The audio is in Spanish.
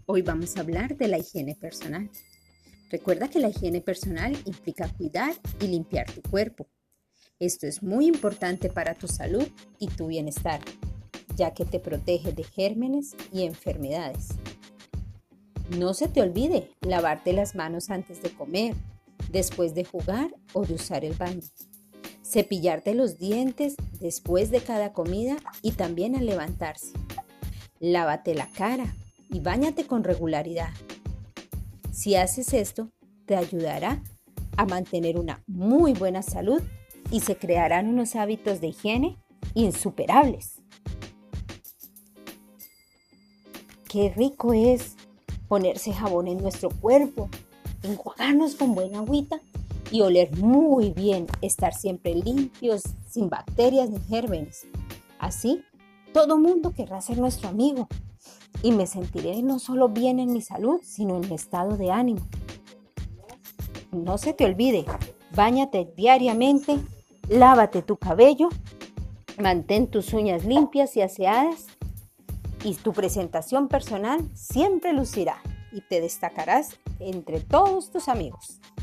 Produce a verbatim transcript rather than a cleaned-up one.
Hoy vamos a hablar de la higiene personal. Recuerda que la higiene personal implica cuidar y limpiar tu cuerpo. Esto es muy importante para tu salud y tu bienestar, ya que te protege de gérmenes y enfermedades. No se te olvide lavarte las manos antes de comer, después de jugar o de usar el baño. Cepillarte los dientes después de cada comida y también al levantarse. Lávate la cara y báñate con regularidad. Si haces esto, te ayudará a mantener una muy buena salud y se crearán unos hábitos de higiene insuperables. Qué rico es ponerse jabón en nuestro cuerpo, enjuagarnos con buena agüita y oler muy bien, estar siempre limpios, sin bacterias ni gérmenes. Así, todo mundo querrá ser nuestro amigo y me sentiré no solo bien en mi salud, sino en mi estado de ánimo. No se te olvide, báñate diariamente, lávate tu cabello, mantén tus uñas limpias y aseadas y tu presentación personal siempre lucirá y te destacarás entre todos tus amigos.